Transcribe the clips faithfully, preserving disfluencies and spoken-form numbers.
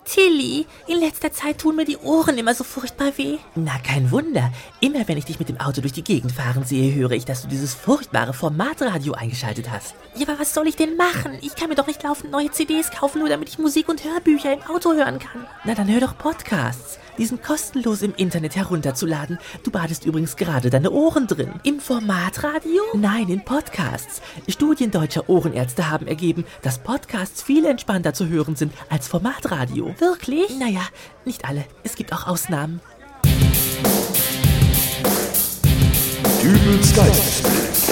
Tilly, in letzter Zeit tun mir die Ohren immer so furchtbar weh. Na, kein Wunder. Immer wenn ich dich mit dem Auto durch die Gegend fahren sehe, höre ich, dass du dieses furchtbare Formatradio eingeschaltet hast. Ja, aber was soll ich denn machen? Ich kann mir doch nicht laufend neue C Ds kaufen, nur damit ich Musik und Hörbücher im Auto hören kann. Na, dann hör doch Podcasts. Die sind kostenlos im Internet herunterzuladen. Du badest übrigens gerade deine Ohren drin. Im Formatradio? Nein, in Podcasts. Studien deutscher Ohrenärzte haben ergeben, dass Podcasts viel entspannter zu hören sind als Formatradio. Wirklich? Naja, nicht alle. Es gibt auch Ausnahmen. Dübels Geistesblitz.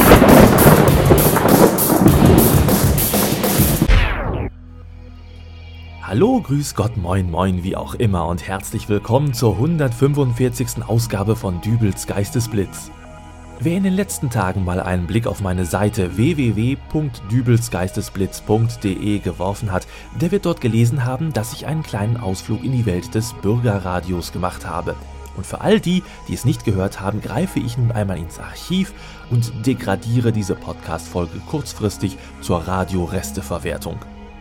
Hallo, grüß Gott, moin, moin, wie auch immer und herzlich willkommen zur hundertfünfundvierzigsten Ausgabe von Dübels Geistesblitz. Wer in den letzten Tagen mal einen Blick auf meine Seite w w w punkt dübelsgeistesblitz punkt d e geworfen hat, der wird dort gelesen haben, dass ich einen kleinen Ausflug in die Welt des Bürgerradios gemacht habe. Und für all die, die es nicht gehört haben, greife ich nun einmal ins Archiv und degradiere diese Podcast-Folge kurzfristig zur Radioresteverwertung.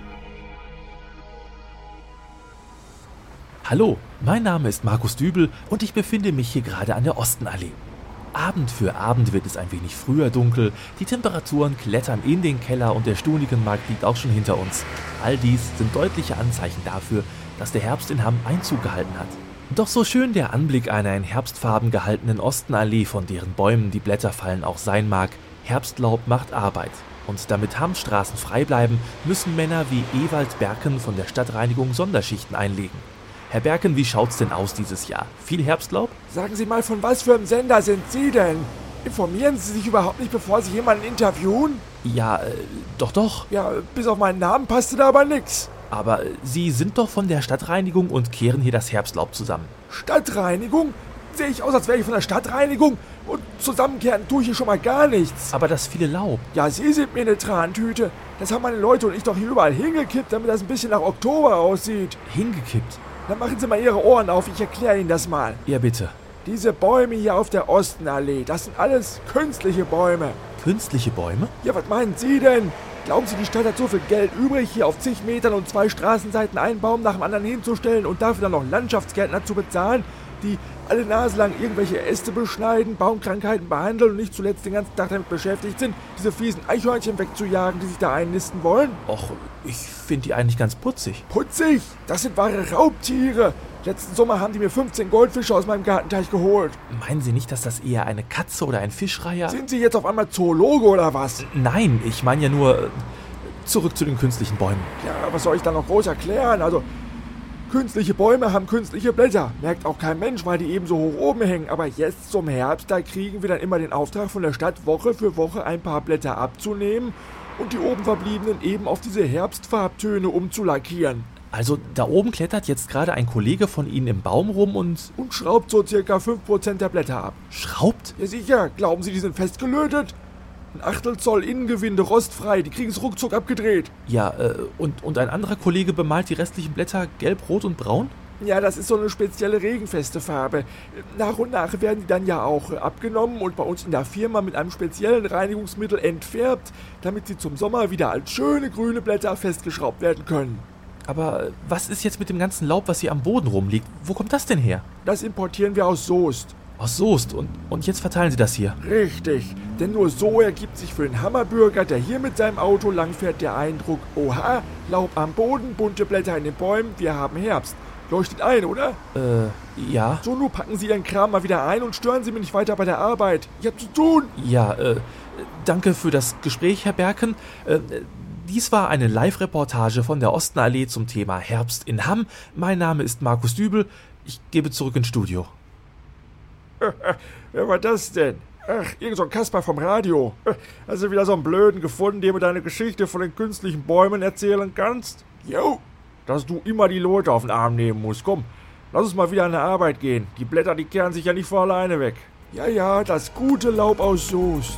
Hallo, mein Name ist Markus Dübel und ich befinde mich hier gerade an der Ostenallee. Abend für Abend wird es ein wenig früher dunkel, die Temperaturen klettern in den Keller und der Stunikenmarkt liegt auch schon hinter uns. All dies sind deutliche Anzeichen dafür, dass der Herbst in Hamm Einzug gehalten hat. Doch so schön der Anblick einer in Herbstfarben gehaltenen Ostenallee, von deren Bäumen die Blätter fallen, auch sein mag, Herbstlaub macht Arbeit. Und damit Hamms Straßen frei bleiben, müssen Männer wie Ewald Berken von der Stadtreinigung Sonderschichten einlegen. Herr Berken, wie schaut's denn aus dieses Jahr? Viel Herbstlaub? Sagen Sie mal, von was für einem Sender sind Sie denn? Informieren Sie sich überhaupt nicht, bevor Sie jemanden interviewen? Ja, äh, doch, doch. Ja, bis auf meinen Namen passte da aber nix. Aber äh, Sie sind doch von der Stadtreinigung und kehren hier das Herbstlaub zusammen. Stadtreinigung? Sehe ich aus, als wäre ich von der Stadtreinigung? Und zusammenkehren tue ich hier schon mal gar nichts. Aber das viele Laub. Ja, Sie sind mir eine Trantüte. Das haben meine Leute und ich doch hier überall hingekippt, damit das ein bisschen nach Oktober aussieht. Hingekippt? Dann machen Sie mal Ihre Ohren auf, ich erkläre Ihnen das mal. Ja, bitte. Diese Bäume hier auf der Ostenallee, das sind alles künstliche Bäume. Künstliche Bäume? Ja, was meinen Sie denn? Glauben Sie, die Stadt hat so viel Geld übrig, hier auf zig Metern und zwei Straßenseiten einen Baum nach dem anderen hinzustellen und dafür dann noch Landschaftsgärtner zu bezahlen, die alle Nase lang irgendwelche Äste beschneiden, Baumkrankheiten behandeln und nicht zuletzt den ganzen Tag damit beschäftigt sind, diese fiesen Eichhörnchen wegzujagen, die sich da einnisten wollen? Och, ich finde die eigentlich ganz putzig. Putzig? Das sind wahre Raubtiere. Letzten Sommer haben die mir fünfzehn Goldfische aus meinem Gartenteich geholt. Meinen Sie nicht, dass das eher eine Katze oder ein Fischreiher... Sind Sie jetzt auf einmal Zoologe oder was? Nein, ich meine ja nur... äh, Zurück zu den künstlichen Bäumen. Ja, was soll ich da noch groß erklären? Also... Künstliche Bäume haben künstliche Blätter. Merkt auch kein Mensch, weil die eben so hoch oben hängen. Aber jetzt zum Herbst, da kriegen wir dann immer den Auftrag von der Stadt, Woche für Woche ein paar Blätter abzunehmen und die oben verbliebenen eben auf diese Herbstfarbtöne umzulackieren. Also da oben klettert jetzt gerade ein Kollege von Ihnen im Baum rum und... Und schraubt so circa fünf Prozent der Blätter ab. Schraubt? Ja sicher, glauben Sie, die sind festgelötet? Ein Achtel Zoll Innengewinde, rostfrei, die kriegen es ruckzuck abgedreht. Ja, äh, und, und ein anderer Kollege bemalt die restlichen Blätter gelb, rot und braun? Ja, das ist so eine spezielle regenfeste Farbe. Nach und nach werden die dann ja auch abgenommen und bei uns in der Firma mit einem speziellen Reinigungsmittel entfärbt, damit sie zum Sommer wieder als schöne grüne Blätter festgeschraubt werden können. Aber was ist jetzt mit dem ganzen Laub, was hier am Boden rumliegt? Wo kommt das denn her? Das importieren wir aus Soest. Aus Soest. Und, und jetzt verteilen Sie das hier. Richtig, denn nur so ergibt sich für den Hammerbürger, der hier mit seinem Auto langfährt, der Eindruck, oha, Laub am Boden, bunte Blätter in den Bäumen, wir haben Herbst. Leuchtet ein, oder? Äh, ja. So, nun packen Sie Ihren Kram mal wieder ein und stören Sie mich nicht weiter bei der Arbeit. Ich hab zu tun. Ja, äh, danke für das Gespräch, Herr Berken. Äh, dies war eine Live-Reportage von der Ostenallee zum Thema Herbst in Hamm. Mein Name ist Markus Dübel. Ich gebe zurück ins Studio. Wer war das denn? Ach, irgend so ein Kasper vom Radio. Hast du wieder so einen Blöden gefunden, dem du deine Geschichte von den künstlichen Bäumen erzählen kannst? Jo, dass du immer die Leute auf den Arm nehmen musst. Komm, lass uns mal wieder an die Arbeit gehen. Die Blätter, die kehren sich ja nicht von alleine weg. Ja, ja, das gute Laub aus Soest.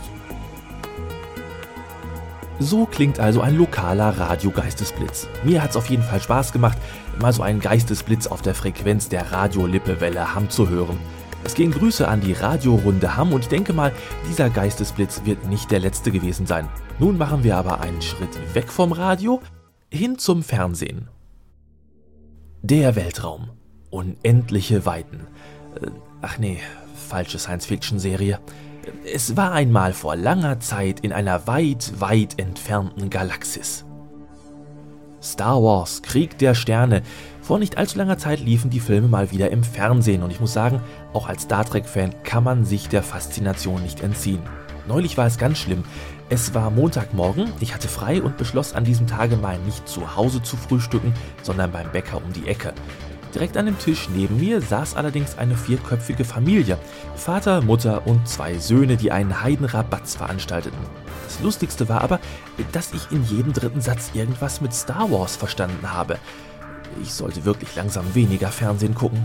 So klingt also ein lokaler Radio-Geistesblitz. Mir hat's auf jeden Fall Spaß gemacht, mal so einen Geistesblitz auf der Frequenz der Radio-Lippewelle Hamm zu hören. Es gehen Grüße an die Radiorunde Hamm und ich denke mal, dieser Geistesblitz wird nicht der letzte gewesen sein. Nun machen wir aber einen Schritt weg vom Radio hin zum Fernsehen. Der Weltraum. Unendliche Weiten. Ach nee, falsche Science-Fiction-Serie. Es war einmal vor langer Zeit in einer weit, weit entfernten Galaxis. Star Wars, Krieg der Sterne. Vor nicht allzu langer Zeit liefen die Filme mal wieder im Fernsehen und ich muss sagen, auch als Star Trek-Fan kann man sich der Faszination nicht entziehen. Neulich war es ganz schlimm. Es war Montagmorgen, ich hatte frei und beschloss an diesem Tage mal nicht zu Hause zu frühstücken, sondern beim Bäcker um die Ecke. Direkt an dem Tisch neben mir saß allerdings eine vierköpfige Familie. Vater, Mutter und zwei Söhne, die einen Heidenrabatz veranstalteten. Das Lustigste war aber, dass ich in jedem dritten Satz irgendwas mit Star Wars verstanden habe. Ich sollte wirklich langsam weniger Fernsehen gucken.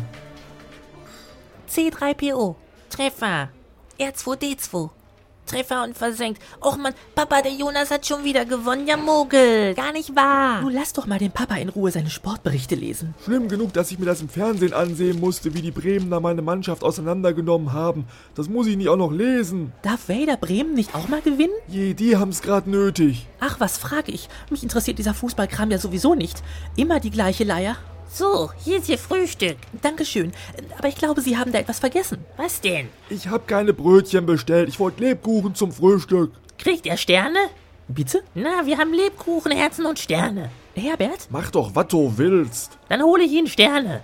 C drei P O. Treffer. R zwei D zwei. Treffer und versenkt. Och Mann, Papa, der Jonas hat schon wieder gewonnen. Ja, Mogel. Gar nicht wahr. Nun lass doch mal den Papa in Ruhe seine Sportberichte lesen. Schlimm genug, dass ich mir das im Fernsehen ansehen musste, wie die Bremener meine Mannschaft auseinandergenommen haben. Das muss ich nicht auch noch lesen. Darf Werder Bremen nicht auch mal gewinnen? Je, die haben's grad nötig. Ach, was frage ich? Mich interessiert dieser Fußballkram ja sowieso nicht. Immer die gleiche Leier. So, hier ist Ihr Frühstück. Dankeschön. Aber ich glaube, Sie haben da etwas vergessen. Was denn? Ich hab keine Brötchen bestellt. Ich wollte Lebkuchen zum Frühstück. Kriegt er Sterne? Bitte? Na, wir haben Lebkuchen, Herzen und Sterne. Herbert? Mach doch, was du willst. Dann hole ich Ihnen Sterne.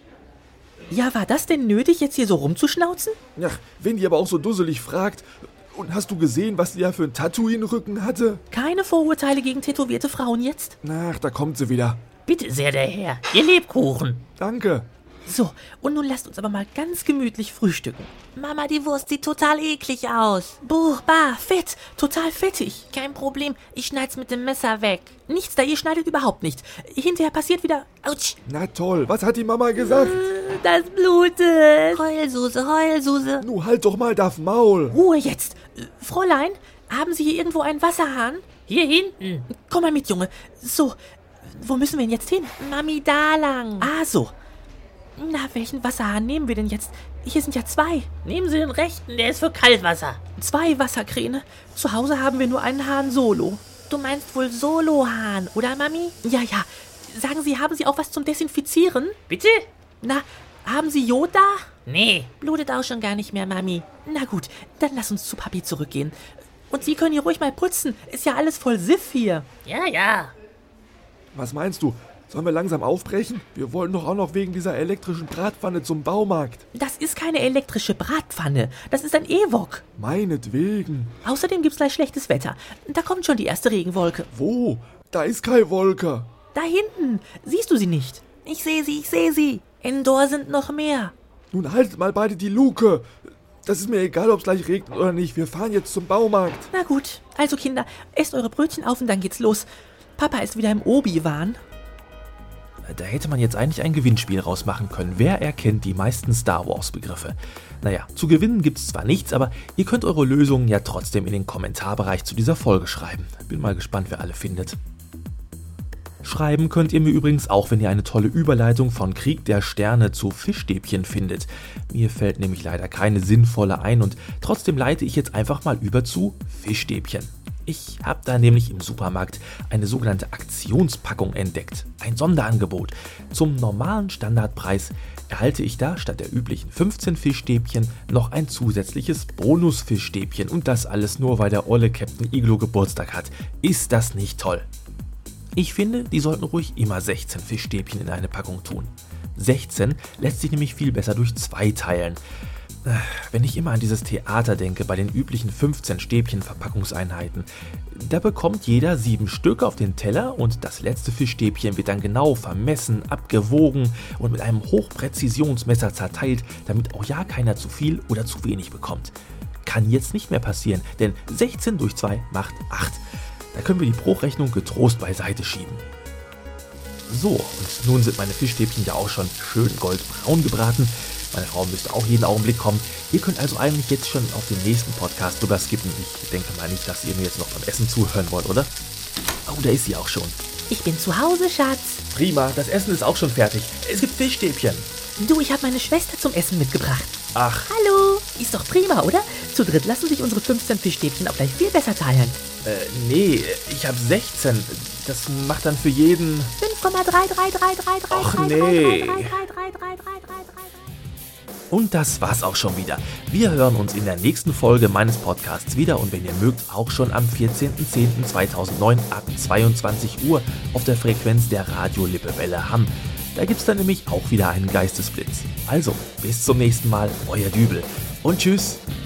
Ja, war das denn nötig, jetzt hier so rumzuschnauzen? Ach, wenn die aber auch so dusselig fragt. Und hast du gesehen, was die da für ein Tattoo in den Rücken hatte? Keine Vorurteile gegen tätowierte Frauen jetzt? Ach, da kommt sie wieder. Bitte sehr, der Herr. Ihr Lebkuchen. Danke. So, und nun lasst uns aber mal ganz gemütlich frühstücken. Mama, die Wurst sieht total eklig aus. Buh, bah, fett, total fettig. Kein Problem, ich schneid's mit dem Messer weg. Nichts da, ihr schneidet überhaupt nicht. Hinterher passiert wieder... Autsch. Na toll, was hat die Mama gesagt? Das blutet. Heulsuse, Heulsuse. Nu, halt doch mal das Maul. Ruhe jetzt. Fräulein, haben Sie hier irgendwo einen Wasserhahn? Hier hinten. Komm mal mit, Junge. So, wo müssen wir denn jetzt hin? Mami, da lang. Ah, so. Na, welchen Wasserhahn nehmen wir denn jetzt? Hier sind ja zwei. Nehmen Sie den rechten, der ist für Kaltwasser. Zwei Wasserkräne. Zu Hause haben wir nur einen Hahn solo. Du meinst wohl Solohahn, oder Mami? Ja, ja. Sagen Sie, haben Sie auch was zum Desinfizieren? Bitte? Na, haben Sie Jod da? Nee, blutet auch schon gar nicht mehr, Mami. Na gut, dann lass uns zu Papi zurückgehen. Und Sie können hier ruhig mal putzen. Ist ja alles voll Siff hier. Ja, ja. Was meinst du? Sollen wir langsam aufbrechen? Wir wollen doch auch noch wegen dieser elektrischen Bratpfanne zum Baumarkt. Das ist keine elektrische Bratpfanne. Das ist ein E-Wok. Meinetwegen. Außerdem gibt's gleich schlechtes Wetter. Da kommt schon die erste Regenwolke. Wo? Da ist keine Wolke. Da hinten. Siehst du sie nicht? Ich sehe sie, ich sehe sie. Indoor sind noch mehr. Nun haltet mal beide die Luke. Das ist mir egal, ob es gleich regnet oder nicht. Wir fahren jetzt zum Baumarkt. Na gut. Also Kinder, esst eure Brötchen auf und dann geht's los. Papa ist wieder im Obi-Wan. Da hätte man jetzt eigentlich ein Gewinnspiel rausmachen können. Wer erkennt die meisten Star Wars-Begriffe? Naja, zu gewinnen gibt's zwar nichts, aber ihr könnt eure Lösungen ja trotzdem in den Kommentarbereich zu dieser Folge schreiben. Bin mal gespannt, wer alle findet. Schreiben könnt ihr mir übrigens auch, wenn ihr eine tolle Überleitung von Krieg der Sterne zu Fischstäbchen findet. Mir fällt nämlich leider keine sinnvolle ein und trotzdem leite ich jetzt einfach mal über zu Fischstäbchen. Ich habe da nämlich im Supermarkt eine sogenannte Aktionspackung entdeckt. Ein Sonderangebot. Zum normalen Standardpreis erhalte ich da statt der üblichen fünfzehn Fischstäbchen noch ein zusätzliches Bonus-Fischstäbchen. Und das alles nur, weil der olle Captain Iglo Geburtstag hat. Ist das nicht toll? Ich finde, die sollten ruhig immer sechzehn Fischstäbchen in eine Packung tun. sechzehn lässt sich nämlich viel besser durch zwei teilen. Wenn ich immer an dieses Theater denke, bei den üblichen fünfzehn Stäbchen-Verpackungseinheiten, da bekommt jeder sieben Stück auf den Teller und das letzte Fischstäbchen wird dann genau vermessen, abgewogen und mit einem Hochpräzisionsmesser zerteilt, damit auch ja keiner zu viel oder zu wenig bekommt. Kann jetzt nicht mehr passieren, denn sechzehn durch zwei macht acht. Da können wir die Bruchrechnung getrost beiseite schieben. So, und nun sind meine Fischstäbchen ja auch schon schön goldbraun gebraten. Meine Frau müsste auch jeden Augenblick kommen. Ihr könnt also eigentlich jetzt schon auf den nächsten Podcast drüber skippen. Ich denke mal nicht, dass ihr mir jetzt noch beim Essen zuhören wollt, oder? Oh, da ist sie auch schon. Ich bin zu Hause, Schatz. Prima, das Essen ist auch schon fertig. Es gibt Fischstäbchen. Du, ich habe meine Schwester zum Essen mitgebracht. Ach. Hallo. Ist doch prima, oder? Zu dritt lassen sich unsere fünfzehn Fischstäbchen auch gleich viel besser teilen. Äh, nee, ich habe sechzehn. Das macht dann für jeden... fünf Komma drei drei drei drei drei. Och nee. Und das war's auch schon wieder. Wir hören uns in der nächsten Folge meines Podcasts wieder und wenn ihr mögt, auch schon am vierzehnten zehnten zweitausendneun ab zweiundzwanzig Uhr auf der Frequenz der Radio Lippewelle Hamm. Da gibt's dann nämlich auch wieder einen Geistesblitz. Also, bis zum nächsten Mal, euer Dübel und tschüss.